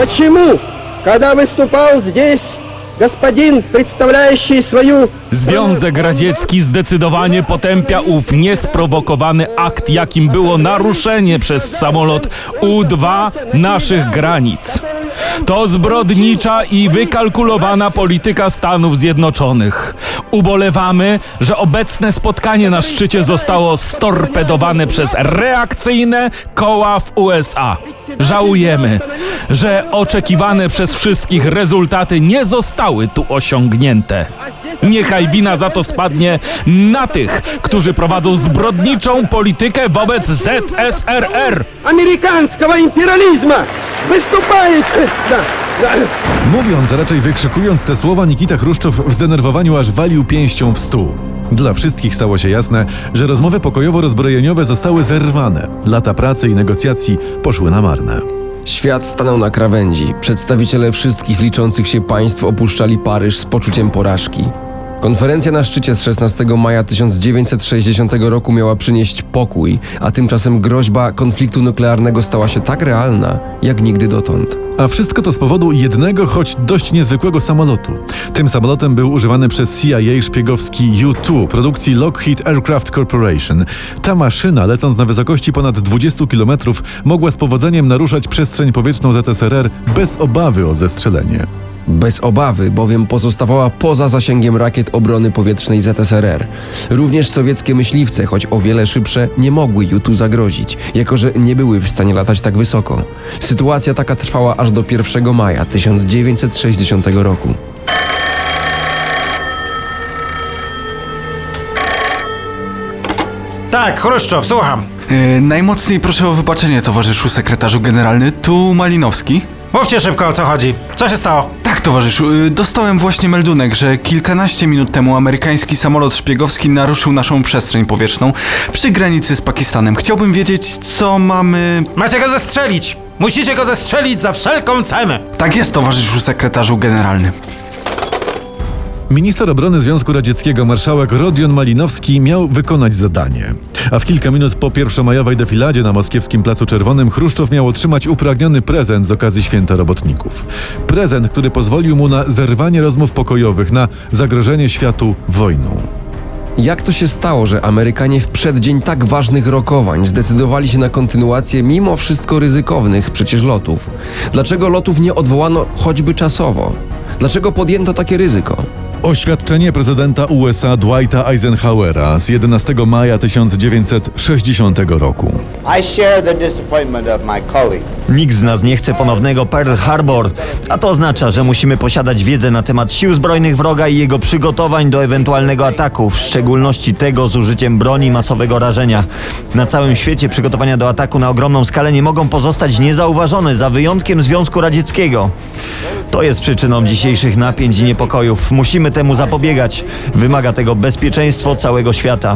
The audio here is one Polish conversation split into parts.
Почему, когда выступал здесь господин, представляющий свою... Związek Radziecki zdecydowanie potępia ów niesprowokowany akt, jakim było naruszenie przez samolot U-2 naszych granic. To zbrodnicza i wykalkulowana polityka Stanów Zjednoczonych. Ubolewamy, że obecne spotkanie na szczycie zostało storpedowane przez reakcyjne koła w USA. Żałujemy, że oczekiwane przez wszystkich rezultaty nie zostały tu osiągnięte. Niechaj wina za to spadnie na tych, którzy prowadzą zbrodniczą politykę wobec ZSRR. Amerykańskiego imperializmu występuje... Mówiąc, a raczej wykrzykując te słowa, Nikita Chruszczow w zdenerwowaniu aż walił pięścią w stół. Dla wszystkich stało się jasne, że rozmowy pokojowo-rozbrojeniowe zostały zerwane. Lata pracy i negocjacji poszły na marne. Świat stanął na krawędzi. Przedstawiciele wszystkich liczących się państw opuszczali Paryż z poczuciem porażki. Konferencja na szczycie z 16 maja 1960 roku miała przynieść pokój, a tymczasem groźba konfliktu nuklearnego stała się tak realna, jak nigdy dotąd. A wszystko to z powodu jednego, choć dość niezwykłego samolotu. Tym samolotem był używany przez CIA szpiegowski U-2 produkcji Lockheed Aircraft Corporation. Ta maszyna, lecąc na wysokości ponad 20 km, mogła z powodzeniem naruszać przestrzeń powietrzną ZSRR bez obawy o zestrzelenie. Bez obawy, bowiem pozostawała poza zasięgiem rakiet obrony powietrznej ZSRR. Również sowieckie myśliwce, choć o wiele szybsze, nie mogły U-2 zagrozić, jako że nie były w stanie latać tak wysoko. Sytuacja taka trwała aż do 1 maja 1960 roku. Tak, Chruszczow, słucham. Najmocniej proszę o wybaczenie, towarzyszu sekretarzu generalny, tu Malinowski. Mówcie szybko, o co chodzi. Co się stało? Tak, towarzyszu, dostałem właśnie meldunek, że kilkanaście minut temu amerykański samolot szpiegowski naruszył naszą przestrzeń powietrzną przy granicy z Pakistanem. Chciałbym wiedzieć, co mamy... Macie go zestrzelić! Musicie go zestrzelić za wszelką cenę! Tak jest, towarzyszu sekretarzu generalny. Minister obrony Związku Radzieckiego marszałek Rodion Malinowski miał wykonać zadanie. A w kilka minut po pierwszomajowej defiladzie na moskiewskim Placu Czerwonym Chruszczow miał otrzymać upragniony prezent z okazji Święta Robotników. Prezent, który pozwolił mu na zerwanie rozmów pokojowych, na zagrożenie światu wojną. Jak to się stało, że Amerykanie w przeddzień tak ważnych rokowań zdecydowali się na kontynuację mimo wszystko ryzykownych przecież lotów? Dlaczego lotów nie odwołano choćby czasowo? Dlaczego podjęto takie ryzyko? Oświadczenie prezydenta USA Dwighta Eisenhowera z 11 maja 1960 roku. Nikt z nas nie chce ponownego Pearl Harbor, a to oznacza, że musimy posiadać wiedzę na temat sił zbrojnych wroga i jego przygotowań do ewentualnego ataku, w szczególności tego z użyciem broni masowego rażenia. Na całym świecie przygotowania do ataku na ogromną skalę nie mogą pozostać niezauważone, za wyjątkiem Związku Radzieckiego. To jest przyczyną dzisiejszych napięć i niepokojów. Musimy temu zapobiegać. Wymaga tego bezpieczeństwo całego świata.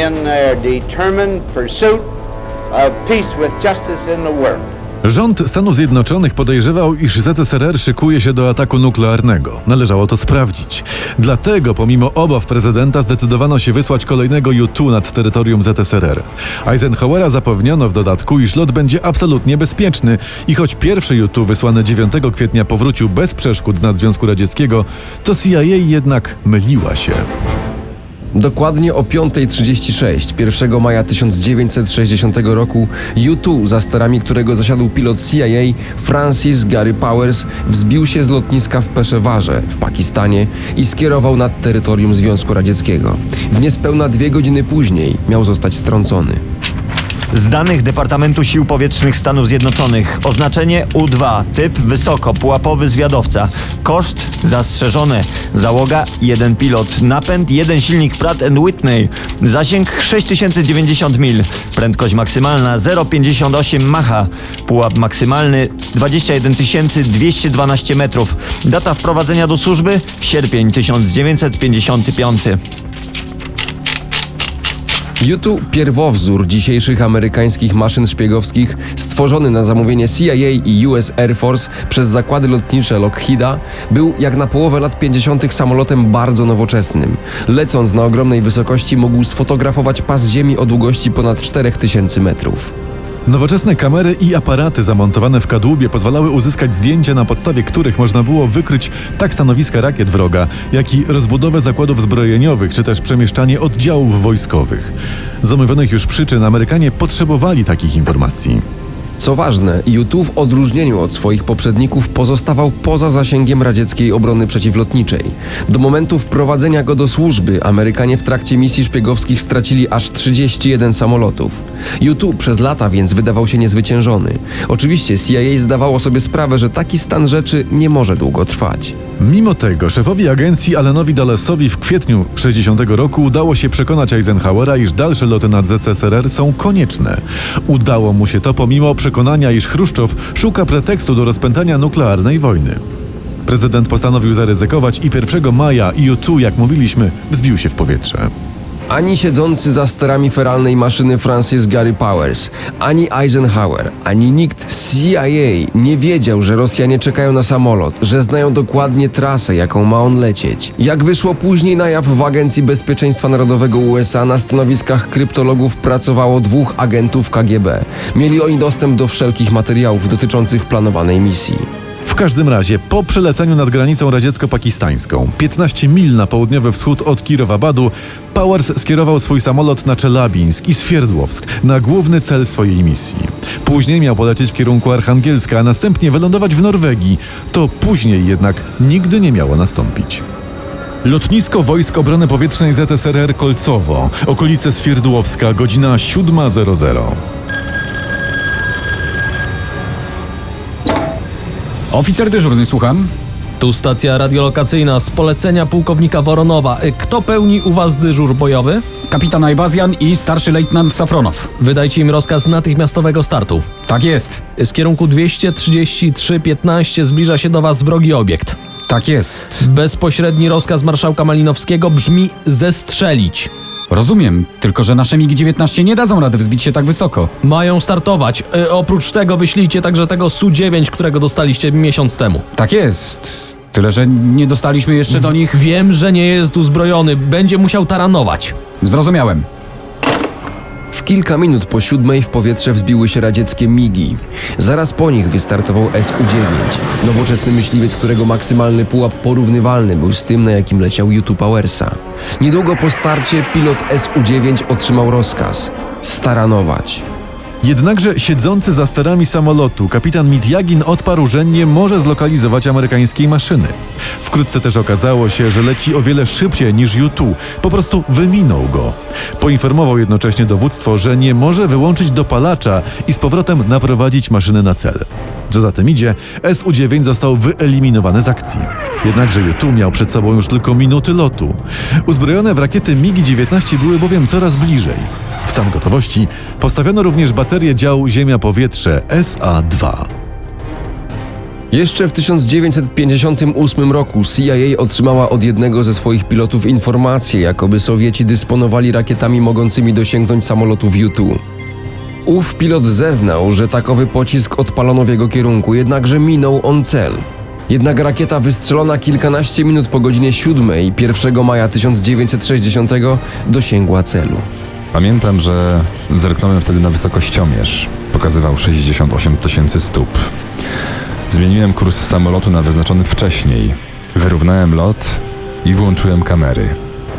Rząd Stanów Zjednoczonych podejrzewał, iż ZSRR szykuje się do ataku nuklearnego. Należało to sprawdzić. Dlatego, pomimo obaw prezydenta, zdecydowano się wysłać kolejnego U-2 nad terytorium ZSRR. Eisenhowera zapewniono w dodatku, iż lot będzie absolutnie bezpieczny i choć pierwszy U-2 wysłany 9 kwietnia powrócił bez przeszkód z nad Związku Radzieckiego, to CIA jednak myliła się. Dokładnie o 5:36 1 maja 1960 roku U-2, za sterami którego zasiadł pilot CIA Francis Gary Powers, wzbił się z lotniska w Peszewarze w Pakistanie i skierował nad terytorium Związku Radzieckiego. W niespełna 2 godziny później miał zostać strącony. Z danych Departamentu Sił Powietrznych Stanów Zjednoczonych oznaczenie U-2, typ wysoko, pułapowy zwiadowca, koszt zastrzeżone, załoga 1 pilot, napęd 1 silnik Pratt & Whitney, zasięg 6090 mil, prędkość maksymalna 0,58 Macha, pułap maksymalny 21 212 metrów, data wprowadzenia do służby sierpień 1955. U-2, pierwowzór dzisiejszych amerykańskich maszyn szpiegowskich, stworzony na zamówienie CIA i US Air Force przez zakłady lotnicze Lockheeda, był jak na połowę lat 50. samolotem bardzo nowoczesnym. Lecąc na ogromnej wysokości mógł sfotografować pas ziemi o długości ponad 4000 metrów. Nowoczesne kamery i aparaty zamontowane w kadłubie pozwalały uzyskać zdjęcia, na podstawie których można było wykryć tak stanowiska rakiet wroga, jak i rozbudowę zakładów zbrojeniowych, czy też przemieszczanie oddziałów wojskowych. Z omówionych już przyczyn Amerykanie potrzebowali takich informacji. Co ważne, U-2 w odróżnieniu od swoich poprzedników pozostawał poza zasięgiem radzieckiej obrony przeciwlotniczej. Do momentu wprowadzenia go do służby Amerykanie w trakcie misji szpiegowskich stracili aż 31 samolotów. U-2 przez lata więc wydawał się niezwyciężony. Oczywiście CIA zdawało sobie sprawę, że taki stan rzeczy nie może długo trwać. Mimo tego szefowi agencji Allenowi Dullesowi w kwietniu 60 roku udało się przekonać Eisenhowera, iż dalsze loty nad ZSRR są konieczne. Udało mu się to pomimo przekonania, iż Chruszczow szuka pretekstu do rozpętania nuklearnej wojny. Prezydent postanowił zaryzykować i 1 maja U-2, jak mówiliśmy, wzbił się w powietrze. Ani siedzący za sterami feralnej maszyny Francis Gary Powers, ani Eisenhower, ani nikt z CIA nie wiedział, że Rosjanie czekają na samolot, że znają dokładnie trasę, jaką ma on lecieć. Jak wyszło później na jaw, w Agencji Bezpieczeństwa Narodowego USA na stanowiskach kryptologów pracowało 2 agentów KGB. Mieli oni dostęp do wszelkich materiałów dotyczących planowanej misji. W każdym razie, po przeleceniu nad granicą radziecko-pakistańską, 15 mil na południowy wschód od Kirowabadu, Powers skierował swój samolot na Czelabińsk i Swierdłowsk, na główny cel swojej misji. Później miał polecieć w kierunku Archangielska, a następnie wylądować w Norwegii. To później jednak nigdy nie miało nastąpić. Lotnisko Wojsk Obrony Powietrznej ZSRR Kolcowo, okolice Swierdłowska, godzina 7:00. Oficer dyżurny, słucham. Tu stacja radiolokacyjna z polecenia pułkownika Woronowa. Kto pełni u was dyżur bojowy? Kapitan Ajwazjan i starszy lejtnant Safronow. Wydajcie im rozkaz natychmiastowego startu. Tak jest. Z kierunku 233-15 zbliża się do was wrogi obiekt. Tak jest. Bezpośredni rozkaz marszałka Malinowskiego brzmi zestrzelić. Rozumiem, tylko że nasze MiG-19 nie dadzą rady wzbić się tak wysoko. Mają startować. Oprócz tego wyślijcie także tego Su-9, którego dostaliście miesiąc temu. Tak jest. Tyle, że nie dostaliśmy jeszcze do nich... Wiem, że nie jest uzbrojony. Będzie musiał taranować. Zrozumiałem. W kilka minut po 7:00 w powietrze wzbiły się radzieckie MiGi. Zaraz po nich wystartował Su-9, nowoczesny myśliwiec, którego maksymalny pułap porównywalny był z tym, na jakim leciał U-2 Powersa. Niedługo po starcie pilot Su-9 otrzymał rozkaz – staranować. Jednakże siedzący za sterami samolotu kapitan Mityagin odparł, że nie może zlokalizować amerykańskiej maszyny. Wkrótce też okazało się, że leci o wiele szybciej niż U-2, po prostu wyminął go. Poinformował jednocześnie dowództwo, że nie może wyłączyć dopalacza i z powrotem naprowadzić maszyny na cel. Co za tym idzie, Su-9 został wyeliminowany z akcji. Jednakże U-2 miał przed sobą już tylko minuty lotu. Uzbrojone w rakiety MiG-19 były bowiem coraz bliżej. W stan gotowości postawiono również baterię działu Ziemia-Powietrze SA-2. Jeszcze w 1958 roku CIA otrzymała od jednego ze swoich pilotów informację, jakoby Sowieci dysponowali rakietami mogącymi dosięgnąć samolotów U-2. Ów pilot zeznał, że takowy pocisk odpalono w jego kierunku, jednakże minął on cel. Jednak rakieta wystrzelona kilkanaście minut po godzinie 7:00 1 maja 1960 dosięgła celu. Pamiętam, że zerknąłem wtedy na wysokościomierz. Pokazywał 68 000 stóp. Zmieniłem kurs samolotu na wyznaczony wcześniej. Wyrównałem lot i włączyłem kamery.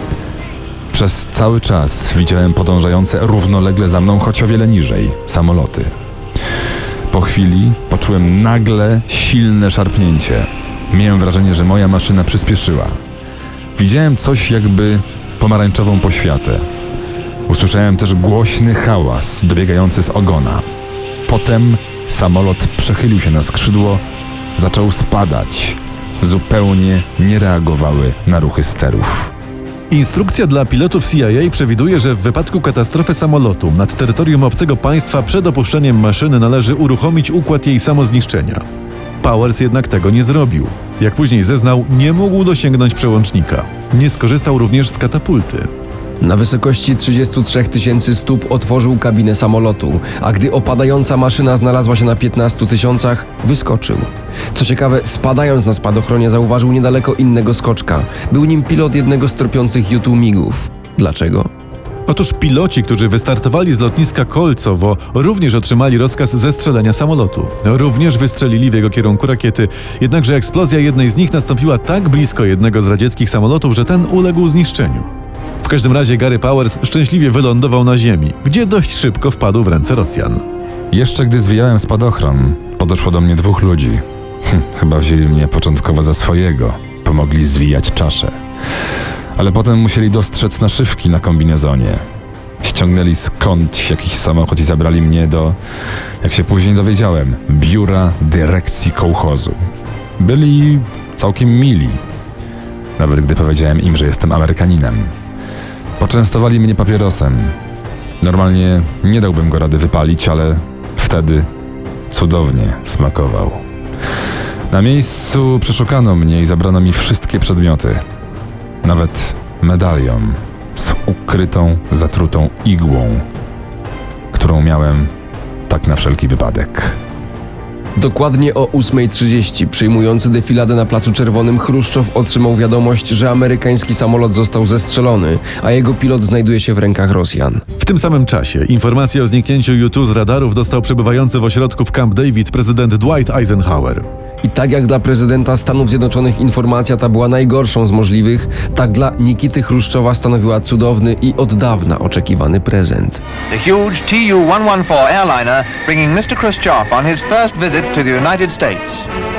Przez cały czas widziałem podążające równolegle za mną, choć o wiele niżej, samoloty. Po chwili poczułem nagle silne szarpnięcie. Miałem wrażenie, że moja maszyna przyspieszyła. Widziałem coś jakby pomarańczową poświatę. Usłyszałem też głośny hałas dobiegający z ogona. Potem samolot przechylił się na skrzydło, zaczął spadać. Zupełnie nie reagowały na ruchy sterów. Instrukcja dla pilotów CIA przewiduje, że w wypadku katastrofy samolotu nad terytorium obcego państwa przed opuszczeniem maszyny należy uruchomić układ jej samozniszczenia. Powers jednak tego nie zrobił. Jak później zeznał, nie mógł dosięgnąć przełącznika. Nie skorzystał również z katapulty. Na wysokości 33 000 stóp otworzył kabinę samolotu, a gdy opadająca maszyna znalazła się na 15 000, wyskoczył. Co ciekawe, spadając na spadochronie zauważył niedaleko innego skoczka. Był nim pilot jednego z tropiących U-2 MiGów. Dlaczego? Otóż piloci, którzy wystartowali z lotniska Kolcowo, również otrzymali rozkaz zestrzelenia samolotu. Również wystrzelili w jego kierunku rakiety, jednakże eksplozja jednej z nich nastąpiła tak blisko jednego z radzieckich samolotów, że ten uległ zniszczeniu. W każdym razie Gary Powers szczęśliwie wylądował na ziemi, gdzie dość szybko wpadł w ręce Rosjan. Jeszcze gdy zwijałem spadochron, podeszło do mnie 2 ludzi. Chyba wzięli mnie początkowo za swojego. Pomogli zwijać czaszę. Ale potem musieli dostrzec naszywki na kombinezonie. Ściągnęli skądś jakiś samochód i zabrali mnie do, jak się później dowiedziałem, biura dyrekcji kołchozu. Byli całkiem mili. Nawet gdy powiedziałem im, że jestem Amerykaninem. Poczęstowali mnie papierosem. Normalnie nie dałbym go rady wypalić, ale wtedy cudownie smakował. Na miejscu przeszukano mnie i zabrano mi wszystkie przedmioty. Nawet medalion z ukrytą, zatrutą igłą, którą miałem tak na wszelki wypadek. Dokładnie o 8:30 przyjmujący defiladę na Placu Czerwonym Chruszczow otrzymał wiadomość, że amerykański samolot został zestrzelony, a jego pilot znajduje się w rękach Rosjan. W tym samym czasie informację o zniknięciu U-2 z radarów dostał przebywający w ośrodku w Camp David prezydent Dwight Eisenhower. I tak jak dla prezydenta Stanów Zjednoczonych informacja ta była najgorszą z możliwych, tak dla Nikity Chruszczowa stanowiła cudowny i od dawna oczekiwany prezent. The huge Tu-114 airliner bringing Mr. Khrushchev on his first visit to the United States.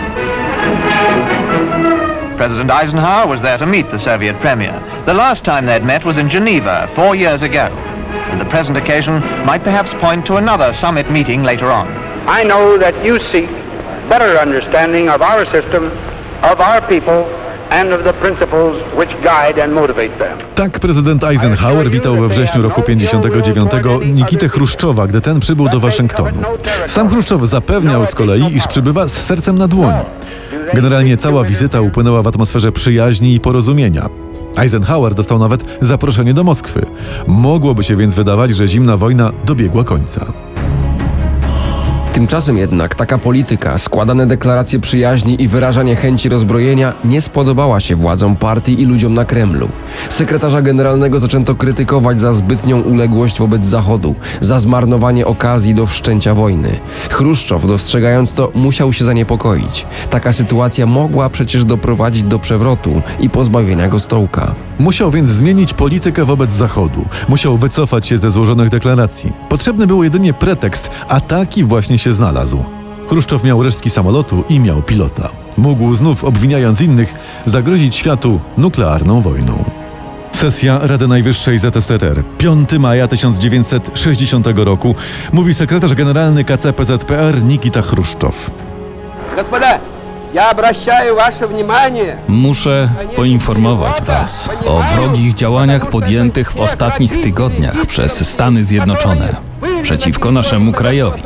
President Eisenhower was there to meet the Soviet premier. The last time they'd met was in Geneva 4 years ago. And the present occasion might perhaps point to another summit meeting later on. I know that you seek better understanding of our system, of our people, and of the principles which guide and motivate them. Tak prezydent Eisenhower witał we wrześniu roku 59 Nikitę Chruszczowa, gdy ten przybył do Waszyngtonu. Sam Chruszczow zapewniał z kolei, iż przybywa z sercem na dłoni. Generalnie cała wizyta upłynęła w atmosferze przyjaźni i porozumienia. Eisenhower dostał nawet zaproszenie do Moskwy. Mogłoby się więc wydawać, że zimna wojna dobiegła końca. Tymczasem jednak taka polityka, składane deklaracje przyjaźni i wyrażanie chęci rozbrojenia nie spodobała się władzom partii i ludziom na Kremlu. Sekretarza generalnego zaczęto krytykować za zbytnią uległość wobec Zachodu, za zmarnowanie okazji do wszczęcia wojny. Chruszczow, dostrzegając to, musiał się zaniepokoić. Taka sytuacja mogła przecież doprowadzić do przewrotu i pozbawienia go stołka. Musiał więc zmienić politykę wobec Zachodu. Musiał wycofać się ze złożonych deklaracji. Potrzebny był jedynie pretekst, a taki właśnie się znalazł. Chruszczow miał resztki samolotu i miał pilota. Mógł znów, obwiniając innych, zagrozić światu nuklearną wojną. Sesja Rady Najwyższej ZSRR, 5 maja 1960 roku, mówi sekretarz generalny KCPZPR Nikita Chruszczow. Господа, я обращаю ваше внимание. Muszę poinformować Was o wrogich działaniach podjętych w ostatnich tygodniach przez Stany Zjednoczone przeciwko naszemu krajowi.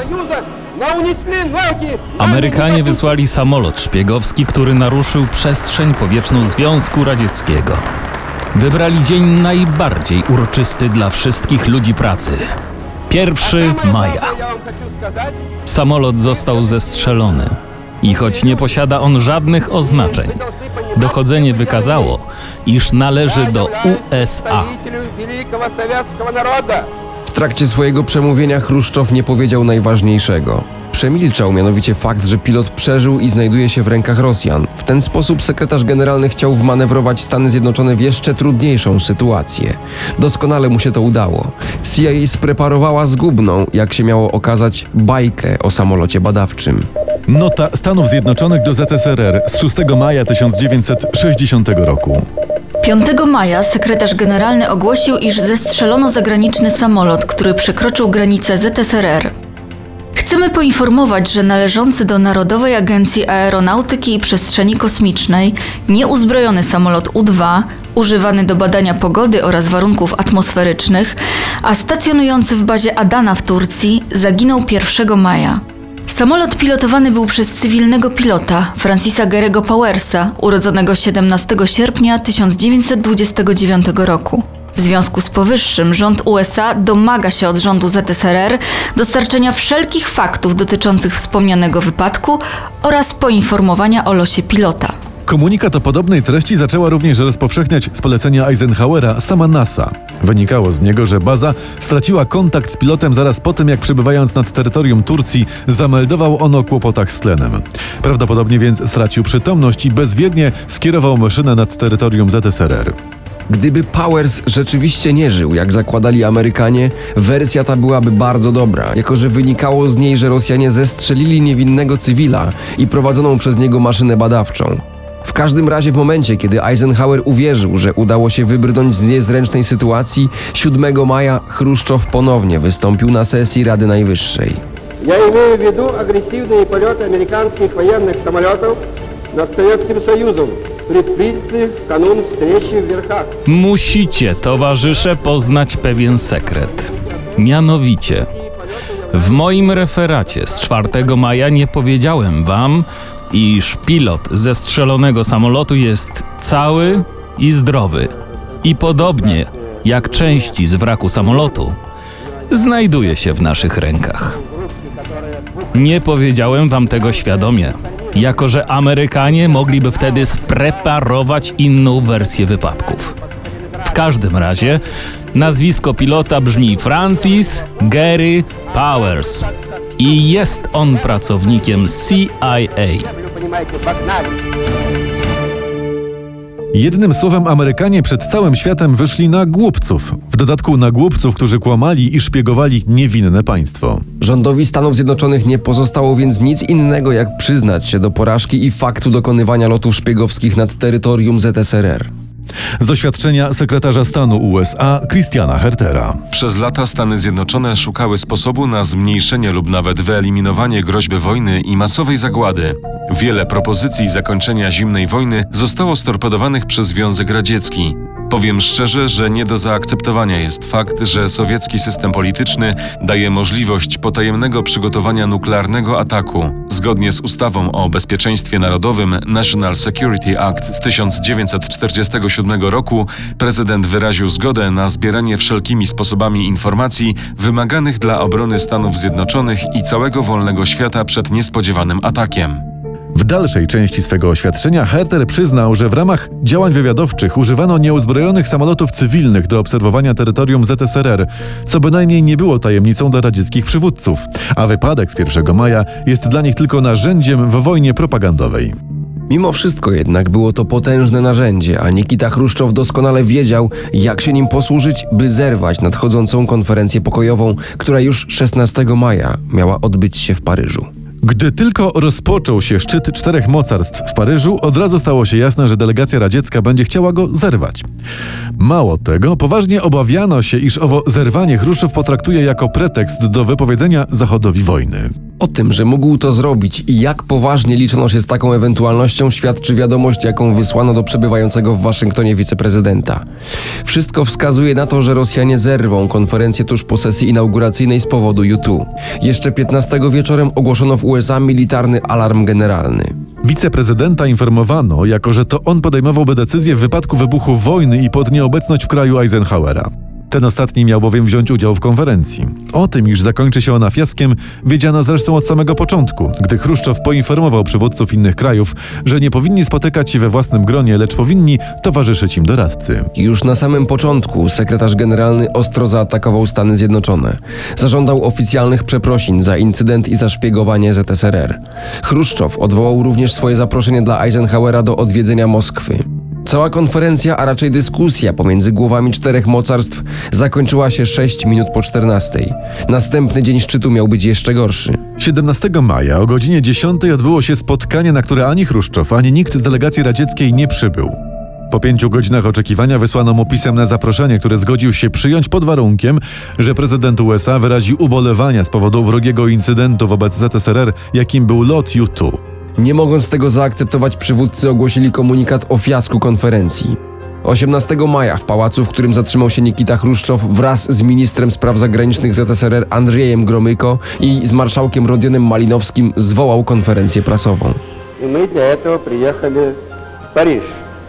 Amerykanie wysłali samolot szpiegowski, który naruszył przestrzeń powietrzną Związku Radzieckiego. Wybrali dzień najbardziej uroczysty dla wszystkich ludzi pracy. 1 maja. Samolot został zestrzelony i choć nie posiada on żadnych oznaczeń, dochodzenie wykazało, iż należy do USA. W trakcie swojego przemówienia Chruszczow nie powiedział najważniejszego. Przemilczał mianowicie fakt, że pilot przeżył i znajduje się w rękach Rosjan. W ten sposób sekretarz generalny chciał wmanewrować Stany Zjednoczone w jeszcze trudniejszą sytuację. Doskonale mu się to udało. CIA spreparowała zgubną, jak się miało okazać, bajkę o samolocie badawczym. Nota Stanów Zjednoczonych do ZSRR z 6 maja 1960 roku. 5 maja sekretarz generalny ogłosił, iż zestrzelono zagraniczny samolot, który przekroczył granicę ZSRR. Chcemy poinformować, że należący do Narodowej Agencji Aeronautyki i Przestrzeni Kosmicznej nieuzbrojony samolot U-2, używany do badania pogody oraz warunków atmosferycznych, a stacjonujący w bazie Adana w Turcji, zaginął 1 maja. Samolot pilotowany był przez cywilnego pilota Francisa Gary'ego Powersa, urodzonego 17 sierpnia 1929 roku. W związku z powyższym rząd USA domaga się od rządu ZSRR dostarczenia wszelkich faktów dotyczących wspomnianego wypadku oraz poinformowania o losie pilota. Komunikat o podobnej treści zaczęła również rozpowszechniać z polecenia Eisenhowera sama NASA. Wynikało z niego, że baza straciła kontakt z pilotem zaraz po tym, jak przebywając nad terytorium Turcji zameldował on o kłopotach z tlenem. Prawdopodobnie więc stracił przytomność i bezwiednie skierował maszynę nad terytorium ZSRR. Gdyby Powers rzeczywiście nie żył, jak zakładali Amerykanie, wersja ta byłaby bardzo dobra, jako że wynikało z niej, że Rosjanie zestrzelili niewinnego cywila i prowadzoną przez niego maszynę badawczą. W każdym razie w momencie, kiedy Eisenhower uwierzył, że udało się wybrnąć z niezręcznej sytuacji, 7 maja Chruszczow ponownie wystąpił na sesji Rady Najwyższej. Я имею в виду агрессивные полеты американских военных самолетов над Советским Союзом, предпринятых в канун встречи в Верхах. Musicie, towarzysze, poznać pewien sekret. Mianowicie, w moim referacie z 4 maja nie powiedziałem wam, iż pilot zestrzelonego samolotu jest cały i zdrowy. I podobnie jak części z wraku samolotu, znajduje się w naszych rękach. Nie powiedziałem wam tego świadomie, jako że Amerykanie mogliby wtedy spreparować inną wersję wypadków. W każdym razie nazwisko pilota brzmi Francis Gary Powers i jest on pracownikiem CIA. Jednym słowem, Amerykanie przed całym światem wyszli na głupców. W dodatku na głupców, którzy kłamali i szpiegowali niewinne państwo. Rządowi Stanów Zjednoczonych nie pozostało więc nic innego, jak przyznać się do porażki i faktu dokonywania lotów szpiegowskich nad terytorium ZSRR. Z oświadczenia sekretarza stanu USA Christiana Hertera. Przez lata Stany Zjednoczone szukały sposobu na zmniejszenie lub nawet wyeliminowanie groźby wojny i masowej zagłady. Wiele propozycji zakończenia zimnej wojny zostało storpedowanych przez Związek Radziecki. Powiem szczerze, że nie do zaakceptowania jest fakt, że sowiecki system polityczny daje możliwość potajemnego przygotowania nuklearnego ataku. Zgodnie z ustawą o bezpieczeństwie narodowym National Security Act z 1947 roku prezydent wyraził zgodę na zbieranie wszelkimi sposobami informacji wymaganych dla obrony Stanów Zjednoczonych i całego wolnego świata przed niespodziewanym atakiem. W dalszej części swego oświadczenia Herter przyznał, że w ramach działań wywiadowczych używano nieuzbrojonych samolotów cywilnych do obserwowania terytorium ZSRR, co bynajmniej nie było tajemnicą dla radzieckich przywódców, a wypadek z 1 maja jest dla nich tylko narzędziem w wojnie propagandowej. Mimo wszystko jednak było to potężne narzędzie, a Nikita Chruszczow doskonale wiedział, jak się nim posłużyć, by zerwać nadchodzącą konferencję pokojową, która już 16 maja miała odbyć się w Paryżu. Gdy tylko rozpoczął się szczyt 4 mocarstw w Paryżu, od razu stało się jasne, że delegacja radziecka będzie chciała go zerwać. Mało tego, poważnie obawiano się, iż owo zerwanie Chruszczow potraktuje jako pretekst do wypowiedzenia Zachodowi wojny. O tym, że mógł to zrobić i jak poważnie liczono się z taką ewentualnością, świadczy wiadomość, jaką wysłano do przebywającego w Waszyngtonie wiceprezydenta. Wszystko wskazuje na to, że Rosjanie zerwą konferencję tuż po sesji inauguracyjnej z powodu U2. Jeszcze 15 wieczorem ogłoszono w USA militarny alarm generalny. Wiceprezydenta informowano, jako że to on podejmowałby decyzję w wypadku wybuchu wojny i pod nieobecność w kraju Eisenhowera. Ten ostatni miał bowiem wziąć udział w konferencji. O tym, iż zakończy się ona fiaskiem, wiedziano zresztą od samego początku, gdy Chruszczow poinformował przywódców innych krajów, że nie powinni spotykać się we własnym gronie, lecz powinni towarzyszyć im doradcy. Już na samym początku sekretarz generalny ostro zaatakował Stany Zjednoczone. Zażądał oficjalnych przeprosin za incydent i za szpiegowanie ZSRR. Chruszczow odwołał również swoje zaproszenie dla Eisenhowera do odwiedzenia Moskwy. Cała konferencja, a raczej dyskusja pomiędzy głowami 4 mocarstw zakończyła się 6 minut po 14. Następny dzień szczytu miał być jeszcze gorszy. 17 maja o godzinie 10 odbyło się spotkanie, na które ani Chruszczow, ani nikt z delegacji radzieckiej nie przybył. Po 5 godzinach oczekiwania wysłano mu pisemne zaproszenie, które zgodził się przyjąć pod warunkiem, że prezydent USA wyrazi ubolewania z powodu wrogiego incydentu wobec ZSRR, jakim był lot U2. Nie mogąc tego zaakceptować, przywódcy ogłosili komunikat o fiasku konferencji. 18 maja w pałacu, w którym zatrzymał się Nikita Chruszczow wraz z ministrem spraw zagranicznych ZSRR Andrzejem Gromyko i z marszałkiem Rodionem Malinowskim zwołał konferencję prasową. I my dla этого приехали в Париж.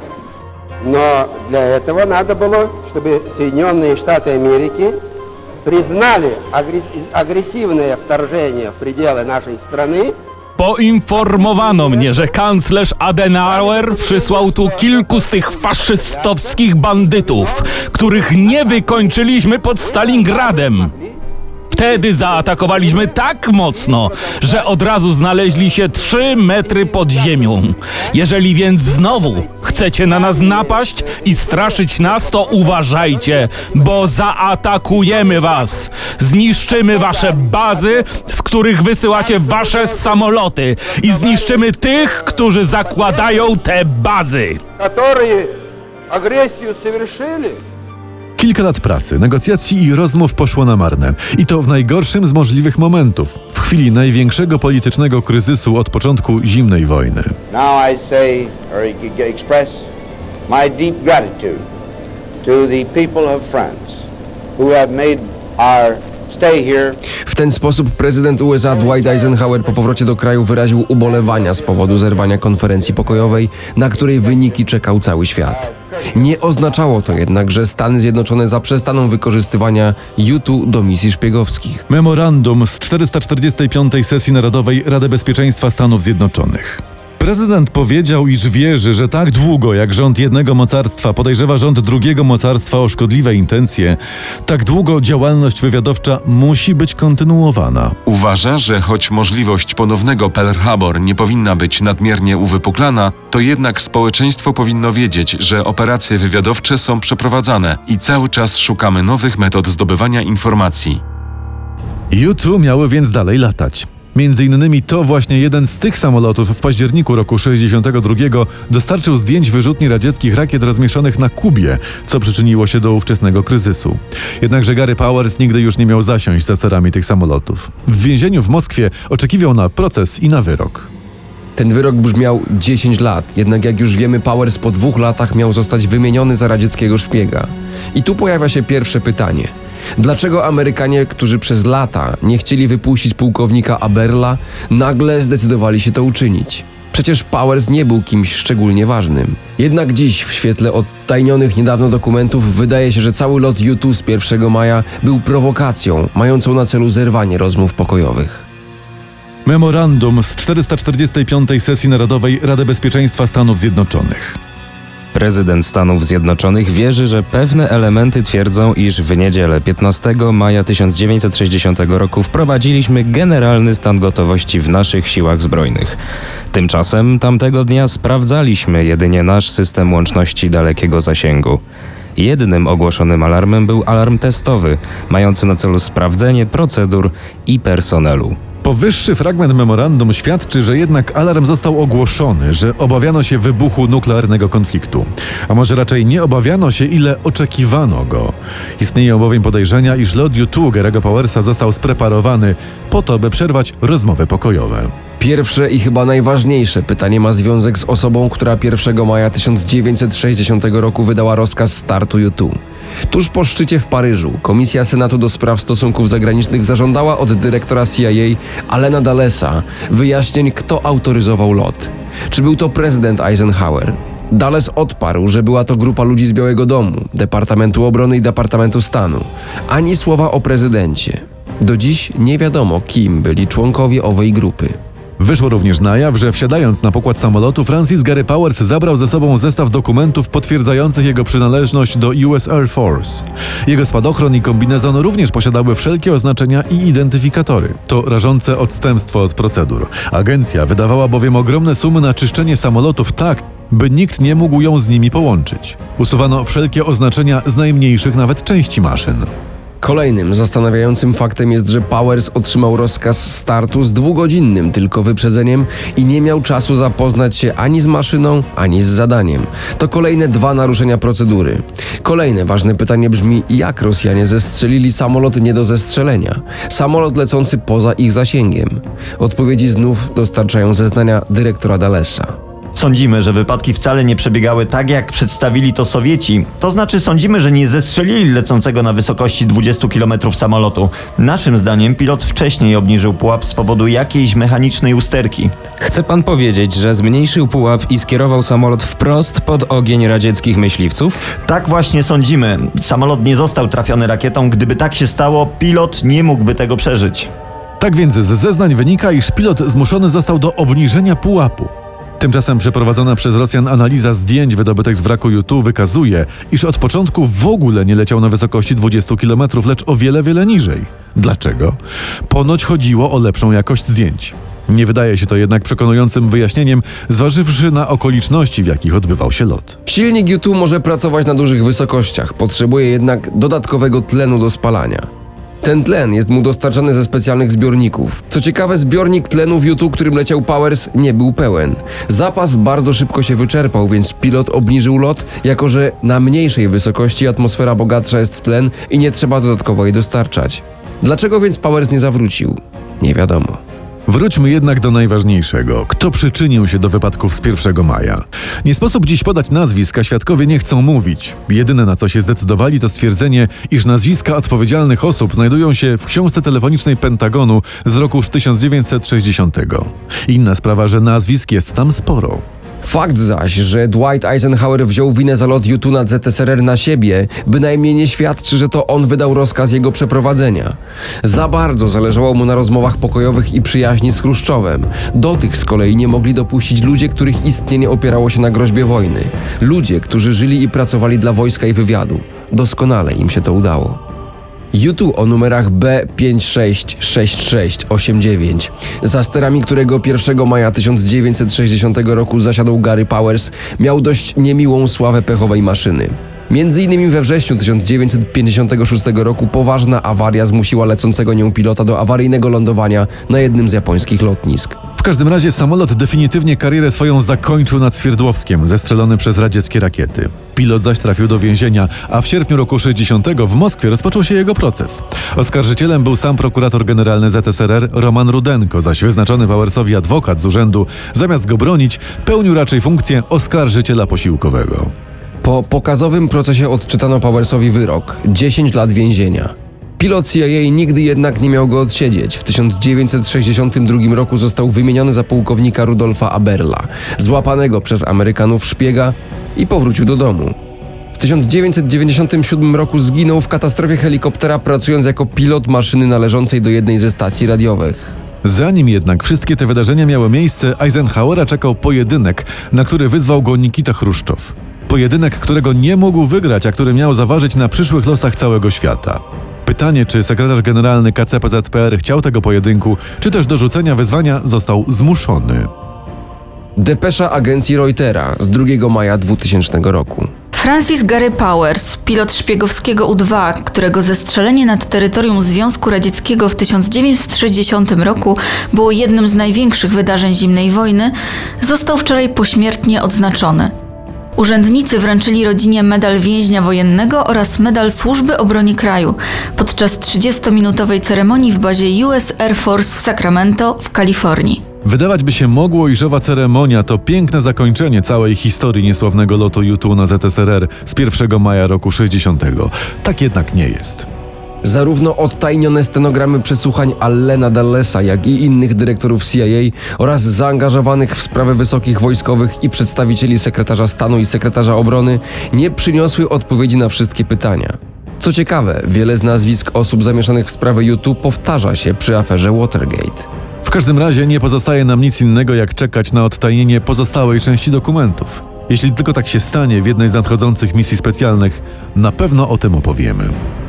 Но для этого надо было, чтобы Соединенные Штаты Америки признали агрессивное вторжение в пределы нашей страны Poinformowano mnie, że kanclerz Adenauer przysłał tu kilku z tych faszystowskich bandytów, których nie wykończyliśmy pod Stalingradem. Wtedy zaatakowaliśmy tak mocno, że od razu znaleźli się 3 metry pod ziemią. Jeżeli więc znowu chcecie na nas napaść i straszyć nas, to uważajcie, bo zaatakujemy was. Zniszczymy wasze bazy, z których wysyłacie wasze samoloty i zniszczymy tych, którzy zakładają te bazy. Kilka lat pracy, negocjacji i rozmów poszło na marne. I to w najgorszym z możliwych momentów. W chwili największego politycznego kryzysu od początku zimnej wojny. Now I say, or express my deep gratitude to the people of France who have made our stay here. W ten sposób prezydent USA Dwight Eisenhower po powrocie do kraju wyraził ubolewania z powodu zerwania konferencji pokojowej, na której wyniki czekał cały świat. Nie oznaczało to jednak, że Stany Zjednoczone zaprzestaną wykorzystywania U-2 do misji szpiegowskich. Memorandum z 445. sesji Narodowej Rady Bezpieczeństwa Stanów Zjednoczonych. Prezydent powiedział, iż wierzy, że tak długo jak rząd jednego mocarstwa podejrzewa rząd drugiego mocarstwa o szkodliwe intencje, tak długo działalność wywiadowcza musi być kontynuowana. Uważa, że choć możliwość ponownego Pearl Harbor nie powinna być nadmiernie uwypuklana, to jednak społeczeństwo powinno wiedzieć, że operacje wywiadowcze są przeprowadzane i cały czas szukamy nowych metod zdobywania informacji. U-2 miały więc dalej latać. Między innymi to właśnie jeden z tych samolotów w październiku roku 1962 dostarczył zdjęć wyrzutni radzieckich rakiet rozmieszczonych na Kubie, co przyczyniło się do ówczesnego kryzysu. Jednakże Gary Powers nigdy już nie miał zasiąść za sterami tych samolotów. W więzieniu w Moskwie oczekiwał na proces i na wyrok. Ten wyrok brzmiał 10 lat, jednak jak już wiemy, Powers po 2 latach miał zostać wymieniony za radzieckiego szpiega. I tu pojawia się pierwsze pytanie. Dlaczego Amerykanie, którzy przez lata nie chcieli wypuścić pułkownika Aberla, nagle zdecydowali się to uczynić? Przecież Powers nie był kimś szczególnie ważnym. Jednak dziś, w świetle odtajnionych niedawno dokumentów, wydaje się, że cały lot U-2 z 1 maja był prowokacją, mającą na celu zerwanie rozmów pokojowych. Memorandum z 445. sesji Narodowej Rady Bezpieczeństwa Stanów Zjednoczonych. Prezydent Stanów Zjednoczonych wierzy, że pewne elementy twierdzą, iż w niedzielę 15 maja 1960 roku wprowadziliśmy generalny stan gotowości w naszych siłach zbrojnych. Tymczasem tamtego dnia sprawdzaliśmy jedynie nasz system łączności dalekiego zasięgu. Jednym ogłoszonym alarmem był alarm testowy, mający na celu sprawdzenie procedur i personelu. Powyższy fragment memorandum świadczy, że jednak alarm został ogłoszony, że obawiano się wybuchu nuklearnego konfliktu. A może raczej nie obawiano się, ile oczekiwano go. Istnieją bowiem podejrzenia, iż lot U-2 Gary'ego Powersa został spreparowany po to, by przerwać rozmowy pokojowe. Pierwsze i chyba najważniejsze pytanie ma związek z osobą, która 1 maja 1960 roku wydała rozkaz startu U-2. Tuż po szczycie w Paryżu Komisja Senatu do Spraw Stosunków Zagranicznych zażądała od dyrektora CIA Allena Dullesa wyjaśnień, kto autoryzował lot. Czy był to prezydent Eisenhower? Dulles odparł, że była to grupa ludzi z Białego Domu, Departamentu Obrony i Departamentu Stanu. Ani słowa o prezydencie. Do dziś nie wiadomo, kim byli członkowie owej grupy. Wyszło również na jaw, że wsiadając na pokład samolotu, Francis Gary Powers zabrał ze sobą zestaw dokumentów potwierdzających jego przynależność do US Air Force. Jego spadochron i kombinezon również posiadały wszelkie oznaczenia i identyfikatory. To rażące odstępstwo od procedur. Agencja wydawała bowiem ogromne sumy na czyszczenie samolotów tak, by nikt nie mógł ją z nimi połączyć. Usuwano wszelkie oznaczenia z najmniejszych nawet części maszyn. Kolejnym zastanawiającym faktem jest, że Powers otrzymał rozkaz startu z 2-godzinnym tylko wyprzedzeniem i nie miał czasu zapoznać się ani z maszyną, ani z zadaniem. To kolejne 2 naruszenia procedury. Kolejne ważne pytanie brzmi, jak Rosjanie zestrzelili samolot nie do zestrzelenia? Samolot lecący poza ich zasięgiem. Odpowiedzi znów dostarczają zeznania dyrektora Dullesa. Sądzimy, że wypadki wcale nie przebiegały tak, jak przedstawili to Sowieci. To znaczy sądzimy, że nie zestrzelili lecącego na wysokości 20 km samolotu. Naszym zdaniem pilot wcześniej obniżył pułap z powodu jakiejś mechanicznej usterki. Chce pan powiedzieć, że zmniejszył pułap i skierował samolot wprost pod ogień radzieckich myśliwców? Tak właśnie sądzimy. Samolot nie został trafiony rakietą. Gdyby tak się stało, pilot nie mógłby tego przeżyć. Tak więc z zeznań wynika, iż pilot zmuszony został do obniżenia pułapu. Tymczasem przeprowadzona przez Rosjan analiza zdjęć wydobytych z wraku U-2 wykazuje, iż od początku w ogóle nie leciał na wysokości 20 km, lecz o wiele, wiele niżej. Dlaczego? Ponoć chodziło o lepszą jakość zdjęć. Nie wydaje się to jednak przekonującym wyjaśnieniem, zważywszy na okoliczności, w jakich odbywał się lot. Silnik U-2 może pracować na dużych wysokościach, potrzebuje jednak dodatkowego tlenu do spalania. Ten tlen jest mu dostarczany ze specjalnych zbiorników. Co ciekawe, zbiornik tlenu w U-2, którym leciał Powers, nie był pełen. Zapas bardzo szybko się wyczerpał, więc pilot obniżył lot, jako że na mniejszej wysokości atmosfera bogatsza jest w tlen i nie trzeba dodatkowo jej dostarczać. Dlaczego więc Powers nie zawrócił? Nie wiadomo. Wróćmy jednak do najważniejszego. Kto przyczynił się do wypadków z 1 maja? Nie sposób dziś podać nazwisk, a świadkowie nie chcą mówić. Jedyne, na co się zdecydowali, to stwierdzenie, iż nazwiska odpowiedzialnych osób znajdują się w książce telefonicznej Pentagonu z roku 1960. Inna sprawa, że nazwisk jest tam sporo. Fakt zaś, że Dwight Eisenhower wziął winę za lot U-2 nad ZSRR na siebie, bynajmniej nie świadczy, że to on wydał rozkaz jego przeprowadzenia. Za bardzo zależało mu na rozmowach pokojowych i przyjaźni z Chruszczowem. Do tych z kolei nie mogli dopuścić ludzie, których istnienie opierało się na groźbie wojny. Ludzie, którzy żyli i pracowali dla wojska i wywiadu. Doskonale im się to udało. U-2 o numerach B566689, za sterami którego 1 maja 1960 roku zasiadł Gary Powers, miał dość niemiłą sławę pechowej maszyny. Między innymi we wrześniu 1956 roku poważna awaria zmusiła lecącego nią pilota do awaryjnego lądowania na jednym z japońskich lotnisk. W każdym razie samolot definitywnie karierę swoją zakończył nad Swierdłowskiem, zestrzelony przez radzieckie rakiety. Pilot zaś trafił do więzienia, a w sierpniu roku 60 w Moskwie rozpoczął się jego proces. Oskarżycielem był sam prokurator generalny ZSRR Roman Rudenko, zaś wyznaczony Powersowi adwokat z urzędu, zamiast go bronić, pełnił raczej funkcję oskarżyciela posiłkowego. Po pokazowym procesie odczytano Powersowi wyrok – 10 lat więzienia. Pilot CIA nigdy jednak nie miał go odsiedzieć. W 1962 roku został wymieniony za pułkownika Rudolfa Aberla, złapanego przez Amerykanów szpiega, i powrócił do domu. W 1997 roku zginął w katastrofie helikoptera, pracując jako pilot maszyny należącej do jednej ze stacji radiowych. Zanim jednak wszystkie te wydarzenia miały miejsce, Eisenhowera czekał pojedynek, na który wyzwał go Nikita Chruszczow. Pojedynek, którego nie mógł wygrać, a który miał zaważyć na przyszłych losach całego świata. Pytanie, czy sekretarz generalny KCPZPR chciał tego pojedynku, czy też do rzucenia wyzwania został zmuszony. Depesza agencji Reutera z 2 maja 2000 roku. Francis Gary Powers, pilot szpiegowskiego U-2, którego zestrzelenie nad terytorium Związku Radzieckiego w 1960 roku było jednym z największych wydarzeń zimnej wojny, został wczoraj pośmiertnie odznaczony. Urzędnicy wręczyli rodzinie medal więźnia wojennego oraz medal Służby Obrony Kraju podczas 30-minutowej ceremonii w bazie US Air Force w Sacramento w Kalifornii. Wydawać by się mogło, iż owa ceremonia to piękne zakończenie całej historii niesławnego lotu U-2 na ZSRR z 1 maja roku 60. Tak jednak nie jest. Zarówno odtajnione stenogramy przesłuchań Allena Dullesa, jak i innych dyrektorów CIA oraz zaangażowanych w sprawy wysokich wojskowych i przedstawicieli sekretarza stanu i sekretarza obrony nie przyniosły odpowiedzi na wszystkie pytania. Co ciekawe, wiele z nazwisk osób zamieszanych w sprawę U-2 powtarza się przy aferze Watergate. W każdym razie nie pozostaje nam nic innego, jak czekać na odtajnienie pozostałej części dokumentów. Jeśli tylko tak się stanie w jednej z nadchodzących misji specjalnych, na pewno o tym opowiemy.